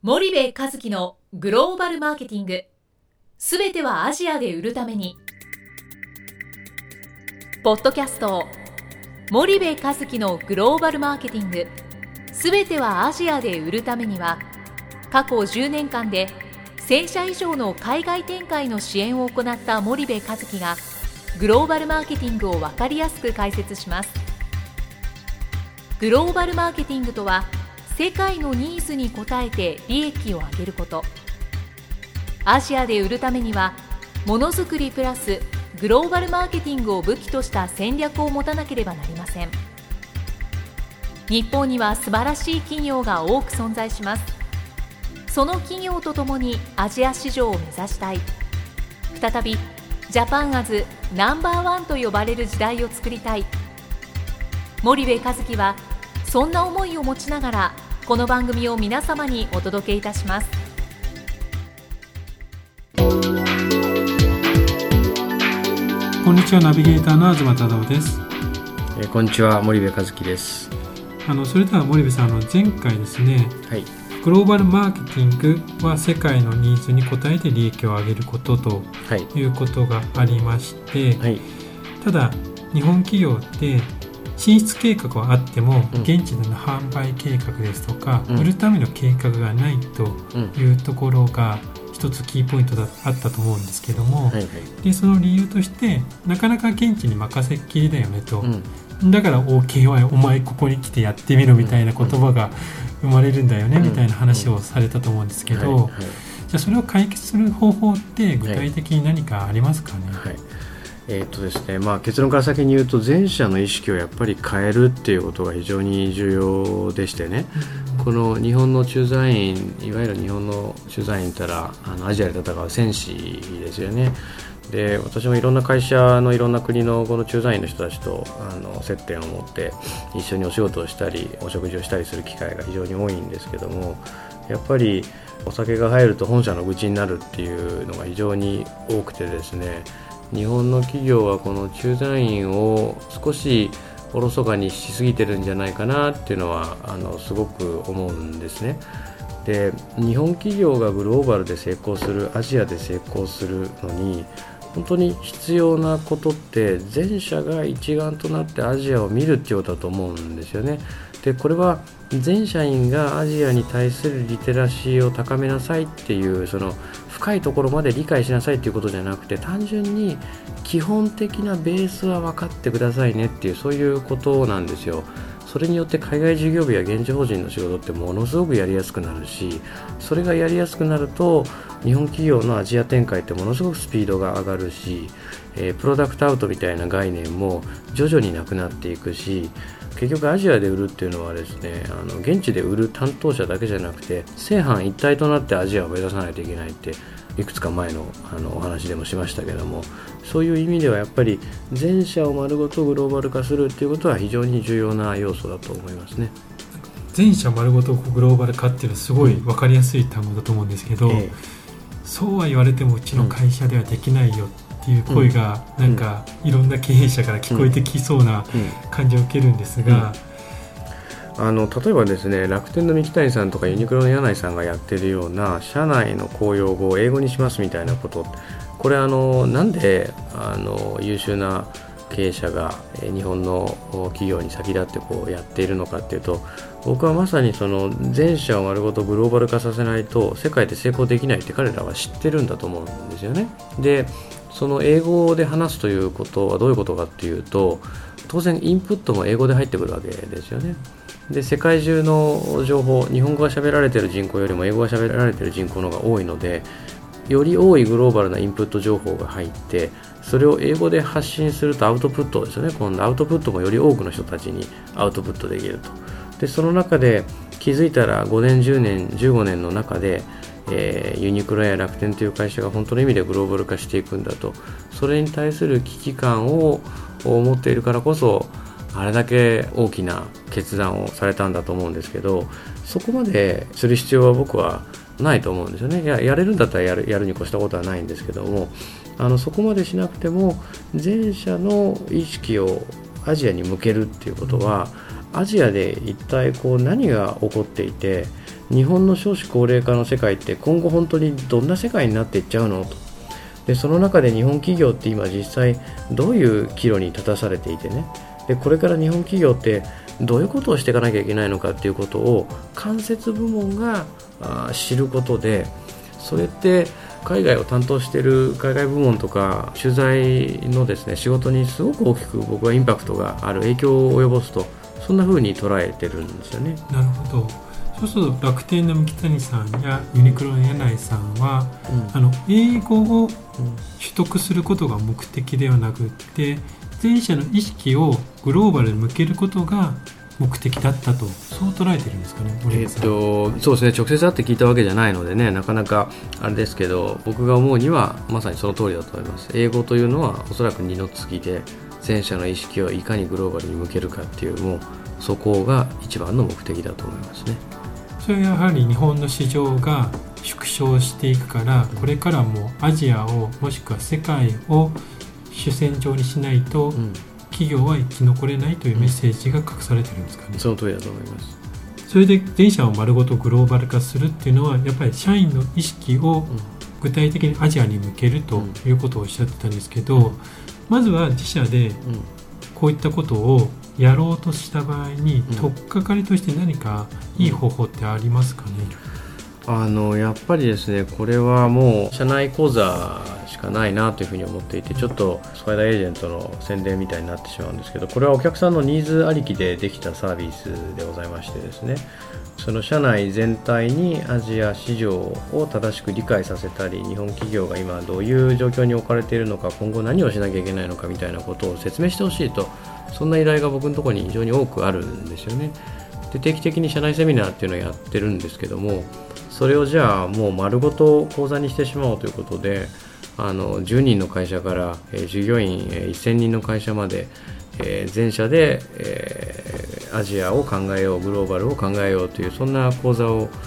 森部一樹のグローバルマーケティング、すべてはアジアで売るために。ポッドキャスト森部一樹のグローバルマーケティング、すべてはアジアで売るためには、過去10年間で1000社以上の海外展開の支援を行った森部一樹がグローバルマーケティングを分かりやすく解説します。グローバルマーケティングとは、世界のニーズに応えて利益を上げること。アジアで売るためには、ものづくりプラスグローバルマーケティングを武器とした戦略を持たなければなりません。日本には素晴らしい企業が多く存在します。その企業とともにアジア市場を目指したい。再びジャパンアズナンバーワンと呼ばれる時代を作りたい。森部一樹はそんな思いを持ちながら、この番組を皆様にお届けいたします。 こんにちは、ナビゲーターの東忠夫です。 こんにちは、森部一樹です。 それでは森部さん、前回ですね、 はい、 グローバルマーケティングは世界のニーズに応えて利益を上げることということがありまして、はい、ただ日本企業って進出計画はあっても、現地での販売計画ですとか、売るための計画がないというところが一つキーポイントあったと思うんですけども、でその理由として、なかなか現地に任せっきりだよねと、だから OK はお前ここに来てやってみろみたいな言葉が生まれるんだよねみたいな話をされたと思うんですけど、じゃあそれを解決する方法って具体的に何かありますかね。 ですね、結論から先に言うと、前者の意識をやっぱり変えるっていうことが非常に重要でしてね、この日本の駐在員、いわゆる日本の駐在員たらアジアで戦う戦士ですよね。で、私もいろんな会社のいろんな国のこの駐在員の人たちと接点を持って一緒にお仕事をしたりお食事をしたりする機会が非常に多いんですけども、やっぱりお酒が入ると本社の愚痴になるっていうのが非常に多くてですね、日本の企業はこの駐在員を少しおろそかにしすぎてるんじゃないかなっていうのはすごく思うんですね。で、日本企業がグローバルで成功する、アジアで成功するのに本当に必要なことって、全社が一丸となってアジアを見るっていうことだと思うんですよね。で、これは全社員がアジアに対するリテラシーを高めなさいっていう、その深いところまで理解しなさいっていうことじゃなくて、単純に基本的なベースは分かってくださいねっていう、そういうことなんですよ。それによって海外事業部や現地法人の仕事ってものすごくやりやすくなるし、それがやりやすくなると日本企業のアジア展開ってものすごくスピードが上がるし、プロダクトアウトみたいな概念も徐々になくなっていくし、結局アジアで売るっていうのはですね、現地で売る担当者だけじゃなくて、正反一体となってアジアを目指さないといけないって、いくつか前のお話でもしましたけども、そういう意味ではやっぱり全社を丸ごとグローバル化するっていうことは非常に重要な要素だと思いますね。 全社丸ごとグローバル化っていうのはすごい分かりやすい単語だと思うんですけど、そうは言われてもうちの会社ではできないよっていう声がなんかいろんな経営者から聞こえてきそうな感じを受けるんですが、 例えばですね、楽天の三木谷さんとかユニクロの柳井さんがやってるような社内の公用語を英語にしますみたいなこと、これなんで優秀な経営者が日本の企業に先立ってこうやっているのかっていうと、僕はまさにその全社を丸ごとグローバル化させないと世界で成功できないって彼らは知ってるんだと思うんですよね。で、その英語で話すということはどういうことかっていうと、当然インプットも英語で入ってくるわけですよね。で、世界中の情報、日本語が喋られている人口よりも英語が喋られている人口の方が多いので、より多いグローバルなインプット情報が入って、それを英語で発信するとアウトプットですよね。今度アウトプットもより多くの人たちにアウトプットできると。で、その中で気づいたら5年10年15年の中で、ユニクロや楽天という会社が本当の意味でグローバル化していくんだと、それに対する危機感を持っているからこそあれだけ大きな決断をされたんだと思うんですけど、そこまでする必要は僕はないと思うんですよね。やれるんだったらやるに越したことはないんですけども、そこまでしなくても全社の意識をアジアに向けるっていうことは、アジアで一体何が起こっていて、 日本の少子高齢化の世界って今後本当にどんな世界になっていっちゃうのと。でその中で日本企業って今実際どういう岐路に立たされていてね、でこれから日本企業ってどういうことをしていかなきゃいけないのかっていうことを間接部門が知ることで、それって海外を担当している海外部門とか取材のですね仕事にすごく大きく僕はインパクトがある、影響を及ぼすと、そんな風に捉えてるんですよね。 なるほど。そうすると楽天の三木谷さんやユニクロの柳井さんは、英語を取得することが目的ではなくって全社の意識をグローバルに向けることが目的だったと、そう捉えてるんですかね。 そうですね、直接会って聞いたわけじゃないのでね、なかなかあれですけど、僕が思うにはまさにその通りだと思います。英語というのはおそらく二の次で、全社の意識をいかにグローバルに向けるかっていう、もうそこが一番の目的だと思いますね。 それはやはり日本の市場が縮小していくから、これからもアジアをもしくは世界を主戦場にしないと、企業は生き残れないというメッセージが隠されてるんですかね。 その通りだと思います。 それで全社を丸ごとグローバル化するっていうのは、やっぱり社員の意識を具体的にアジアに向けるということをおっしゃってたんですけど、まずは自社でこういったことをやろうとした場合に、取っかかりとして何かいい方法ってありますかね。 やっぱりですね、これはもう社内講座しかないなというふうに思っていて、ちょっとスパイダーエージェントの宣伝みたいになってしまうんですけど、これはお客さんのニーズありきでできたサービスでございましてですね、その社内全体にアジア市場を正しく理解させたり、日本企業が今どういう状況に置かれているのか、今後何をしなきゃいけないのかみたいなことを説明してほしいと、そんな依頼が僕のところに非常に多くあるんですよね。で定期的に社内セミナーっていうのをやってるんですけども、それをじゃあもう丸ごと講座にしてしまおうということで、10人の会社から従業員1000人の会社まで、全社で、アジアを考えよう、グローバルを考えようという、そんな講座を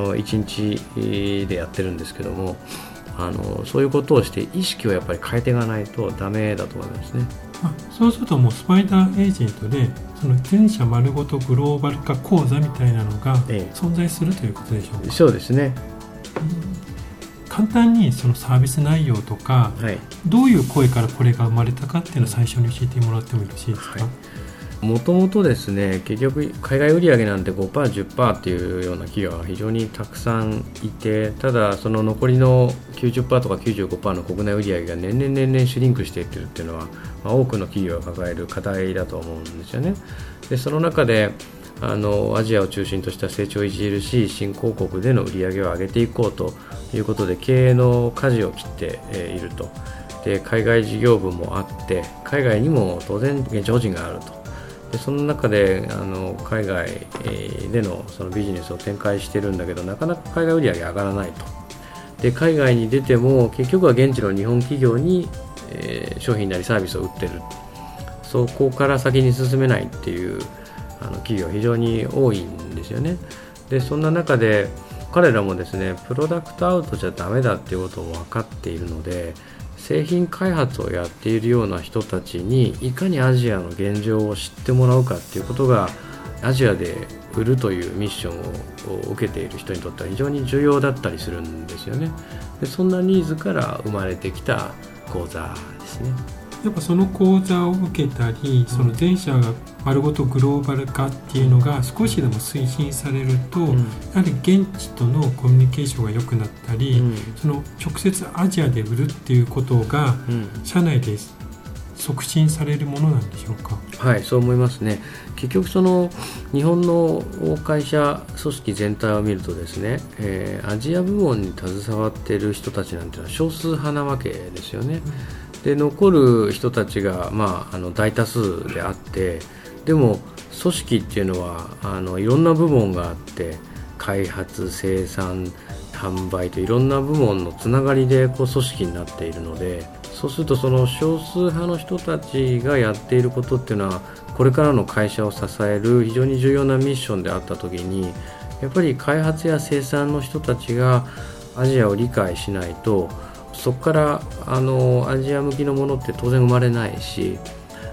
1日でやってるんですけども、そういうことをして意識をやっぱり変えていかないとダメだと思いますね。 そうするともうスパイダーエージェントでその全社丸ごとグローバル化講座みたいなのが存在するということでしょうか。 そうですね。 簡単にそのサービス内容とか、どういう声からこれが生まれたかっていうのを最初に教えてもらってもよろしいですか。 もともとですね、結局海外売上なんて 5%、10% っていうような企業が非常にたくさんいて、ただその残りの 90% とか 95% の国内売上が年々シュリンクしていってるっていうのは、多くの企業が抱える課題だと思うんですよね。でその中でアジアを中心とした成長著しい新興国での売り上げを上げていこうということで経営の舵を切っていると。で海外事業部もあって、海外にも当然現地法人があると。でその中で海外でのそのビジネスを展開してるんだけど、なかなか海外売り上げ上がらないと。で海外に出ても結局は現地の日本企業に、商品なりサービスを売ってる、そこから先に進めないっていう企業非常に多いんですよね。でそんな中で彼らもですね、プロダクトアウトじゃダメだっていうことを分かっているので、製品開発をやっているような人たちにいかにアジアの現状を知ってもらうかっていうことが、アジアで売るというミッションを受けている人にとっては非常に重要だったりするんですよね。でそんなニーズから生まれてきた講座ですね。 やっぱその講座を受けたり、その全社が丸ごとグローバル化っていうのが少しでも推進されると、やはり現地とのコミュニケーションが良くなったり、その直接アジアで売るっていうことが社内で促進されるものなんでしょうか。 はい、そう思いますね。結局その日本の会社組織全体を見るとですね、アジア部門に携わっている人たちなんていうのは少数派なわけですよね。で残る人たちが、大多数であって、でも組織っていうのはいろんな部門があって、開発、生産、販売といろんな部門のつながりで組織になっているので、そうするとその少数派の人たちがやっていることっていうのは、これからの会社を支える非常に重要なミッションであったときに、やっぱり開発や生産の人たちがアジアを理解しないと、そこからアジア向きのものって当然生まれないし、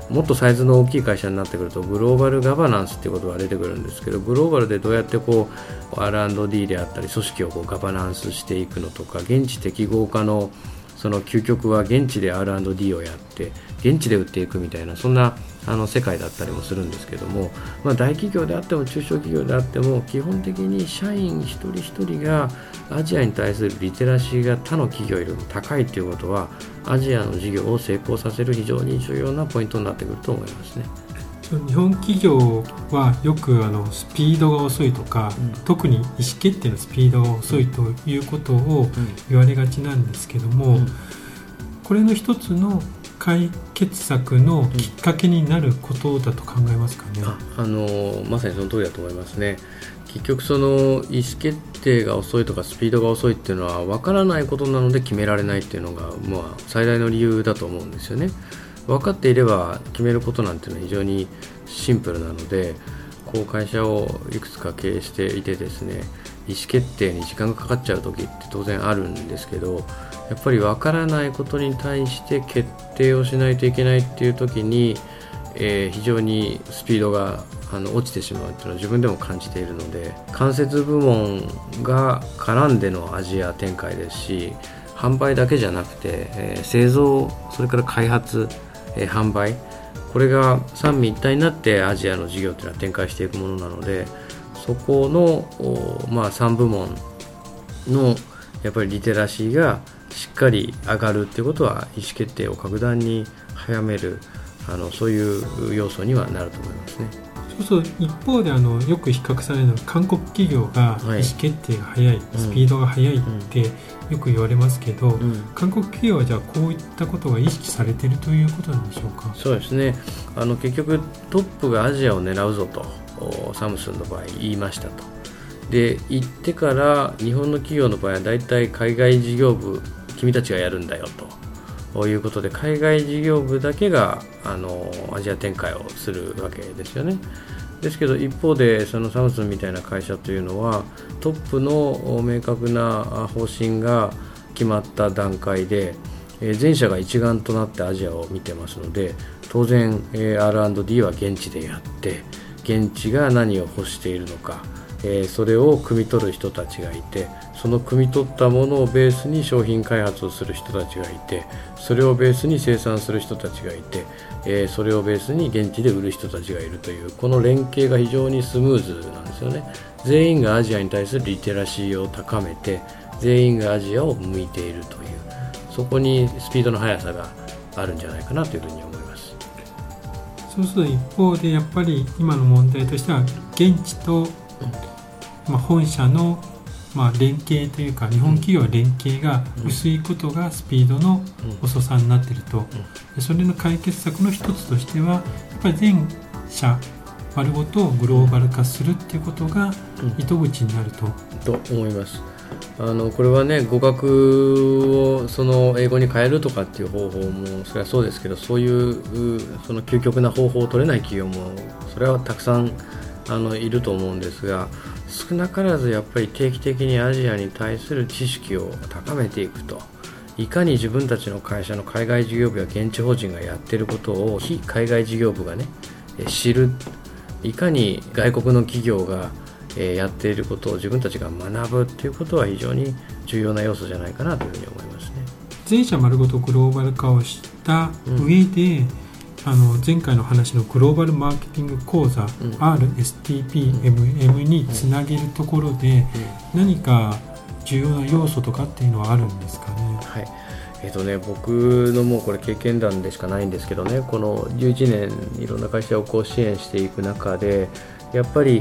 もっとサイズの大きい会社になってくるとグローバルガバナンスっていうことが出てくるんですけど、グローバルでどうやってこう R&D であったり組織をこうガバナンスしていくのとか、現地適合化のその究極は現地で R&D をやって現地で売っていくみたいな、そんな世界だったりもするんですけども、大企業であっても中小企業であっても基本的に社員一人一人がアジアに対するリテラシーが他の企業よりも高いということは、アジアの事業を成功させる非常に重要なポイントになってくると思いますね。 日本企業はよくスピードが遅いとか、特に意思決定のスピードが遅いということを言われがちなんですけども、これの一つの解決策のきっかけになることだと考えますかね。 まさにその通りだと思いますね。結局その意思決定が遅いとかスピードが遅いっていうのは分からないことなので決められないっていうのが、最大の理由だと思うんですよね。分かっていれば決めることなんていうのは非常にシンプルなので、こう会社をいくつか経営していてですね、意思決定に時間がかかっちゃう時って当然あるんですけど、やっぱり分からないことに対して決定をしないといけないっていう時に、非常にスピードが落ちてしまうっていうのは自分でも感じているので、間接部門が絡んでのアジア展開ですし、販売だけじゃなくて、製造、それから開発、販売、これが三位一体になってアジアの事業というのは展開していくものなので、そこの、3部門のやっぱりリテラシーがしっかり上がるっていうことは、意思決定を格段に早めるそういう要素にはなると思いますね。 そう一方でよく比較されるのは、韓国企業が意思決定が早い、スピードが速いってよく言われますけど、韓国企業はじゃあこういったことが意識されているということなんでしょうか。 そうですね。結局トップがアジアを狙うぞとサムスンの場合言いましたと。で言ってから日本の企業の場合はだいたい海外事業部君たちがやるんだよということで、海外事業部だけがアジア展開をするわけですよね。ですけど一方でそのサムスンみたいな会社というのは、トップの明確な方針が決まった段階で全社が一丸となってアジアを見てますので、当然 R&D は現地でやって、現地が何を欲しているのか、それを汲み取る人たちがいて、その汲み取ったものをベースに商品開発をする人たちがいて、それをベースに生産する人たちがいて、それをベースに現地で売る人たちがいるという、この連携が非常にスムーズなんですよね。全員がアジアに対するリテラシーを高めて、全員がアジアを向いているという、そこにスピードの速さがあるんじゃないかなというふうに思います。 そうすると一方でやっぱり今の問題としては、現地と本社の連携というか、日本企業は連携が薄いことがスピードの遅さになっていると。それの解決策の一つとしては、やっぱり全社丸ごとグローバル化するっていうことが糸口になると思います。これはね、語学をその英語に変えるとかっていう方法もそれはそうですけど、そういうその究極な方法を取れない企業もそれはたくさんいると思うんですが、少なからずやっぱり定期的にアジアに対する知識を高めていくと、いかに自分たちの会社の海外事業部や現地法人がやっていることを非海外事業部がね知る、いかに外国の企業がやっていることを自分たちが学ぶということは非常に重要な要素じゃないかなというふうに思いますね。 全社丸ごとグローバル化をした上で、前回の話のグローバルマーケティング講座、RSTPMM につなげるところで、何か重要な要素とかっていうのはあるんですかね。 はい、僕のもうこれ経験談でしかないんですけどね、この11年いろんな会社をこう支援していく中で、やっぱり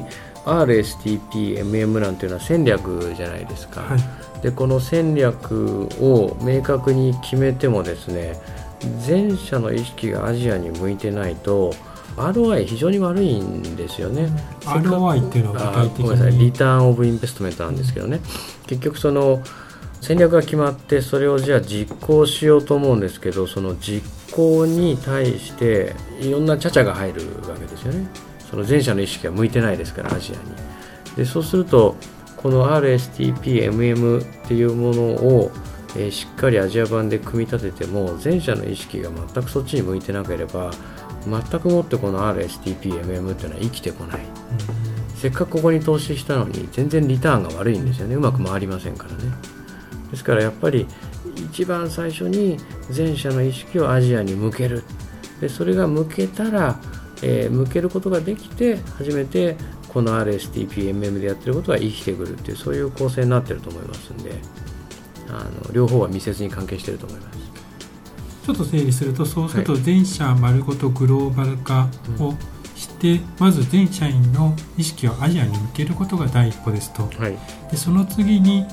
RSTPMM なんていうのは戦略じゃないですか、はい、でこの戦略を明確に決めてもですね、全社の意識がアジアに向いてないと ROI 非常に悪いんですよね。 ROI っていうのは具体的に、 ごめんなさい、リターンオブインベストメントなんですけどね、結局その戦略が決まってそれをじゃあ実行しようと思うんですけど、その実行に対していろんなチャチャが入るわけですよね。その全社の意識が向いてないですからアジアに。でそうするとこの RSTPMM っていうものをしっかりアジア版で組み立てても全社の意識が全くそっちに向いてなければ全くもってこの RSTPMM っていうのは生きてこない、せっかくここに投資したのに全然リターンが悪いんですよね。うまく回りませんからね。ですからやっぱり一番最初に全社の意識をアジアに向ける。でそれが向けたら、向けることができて初めてこの RSTPMM でやってることが生きてくるっていう、そういう構成になってると思いますんで、両方は密接に関係していると思います。 ちょっと整理すると、そうすると全社丸ごとグローバル化をして、まず全社員の意識をアジアに向けることが第一歩ですと、でその次に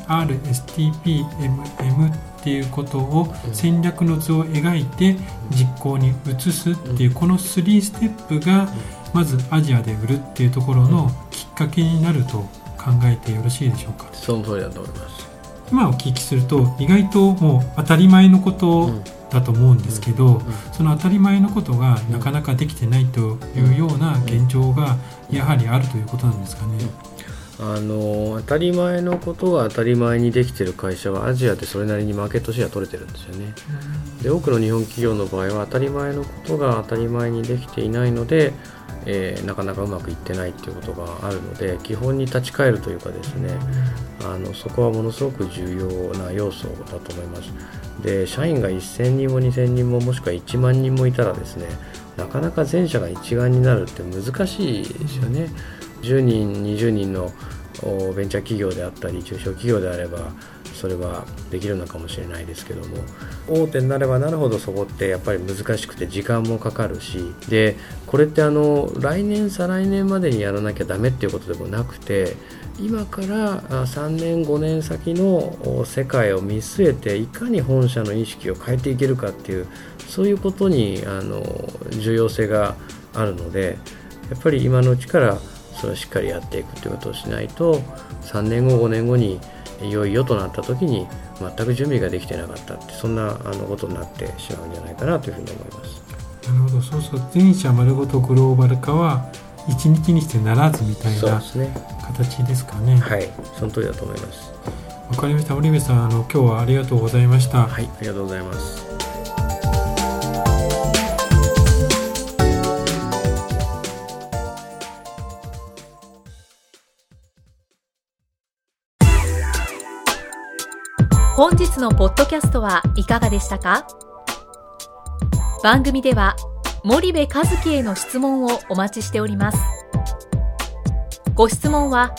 RSTPMM っていうことを戦略の図を描いて実行に移すっていう、この3ステップがまずアジアで売るっていうところのきっかけになると考えてよろしいでしょうか。 その通りだと思います。 今お聞きすると意外ともう当たり前のことだと思うんですけど、その当たり前のことがなかなかできてないというような現状がやはりあるということなんですかね。 当たり前のことが当たり前にできている会社はアジアでそれなりにマーケットシェア取れてるんですよね。で多くの日本企業の場合は当たり前のことが当たり前にできていないので、なかなかうまくいってないということがあるので、基本に立ち返るというかですね、そこはものすごく重要な要素だと思います。で社員が1000人も2000人ももしくは1万人もいたらですね、なかなか全社が一丸になるって難しいですよね。10人20人のベンチャー企業であったり中小企業であればそれはできるのかもしれないですけども、大手になればなるほどそこってやっぱり難しくて時間もかかるし、でこれって来年再来年までにやらなきゃダメっていうことでもなくて、今から3年5年先の世界を見据えていかに本社の意識を変えていけるかっていう、そういうことに重要性があるので、やっぱり今のうちからそれをしっかりやっていくということをしないと、3年後5年後にいよいよとなった時に全く準備ができてなかったって、そんなことになってしまうんじゃないかなというふうに思います。 なるほど。そうすると全社丸ごとグローバル化は一日にしてならずみたいな形ですかね。 はい、その通りだと思います。 わかりました。織部さん、今日はありがとうございました。 はい、ありがとうございます。 本日のポッドキャストはいかがでしたか？番組では森部一樹への質問をお待ちしております。ご質問は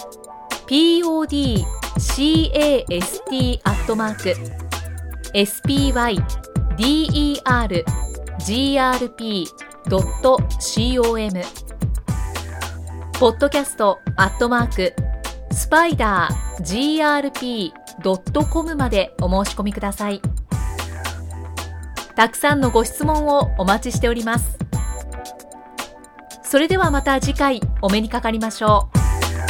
podcast@spydergrp.com podcast@spidergrp.com までお申し込みください。たくさんのご質問をお待ちしております。それではまた次回お目にかかりましょう。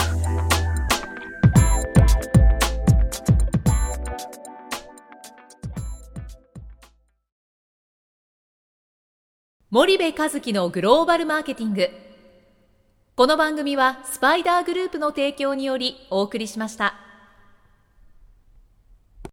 森部一樹のグローバルマーケティング。この番組はスパイダーグループの提供によりお送りしました。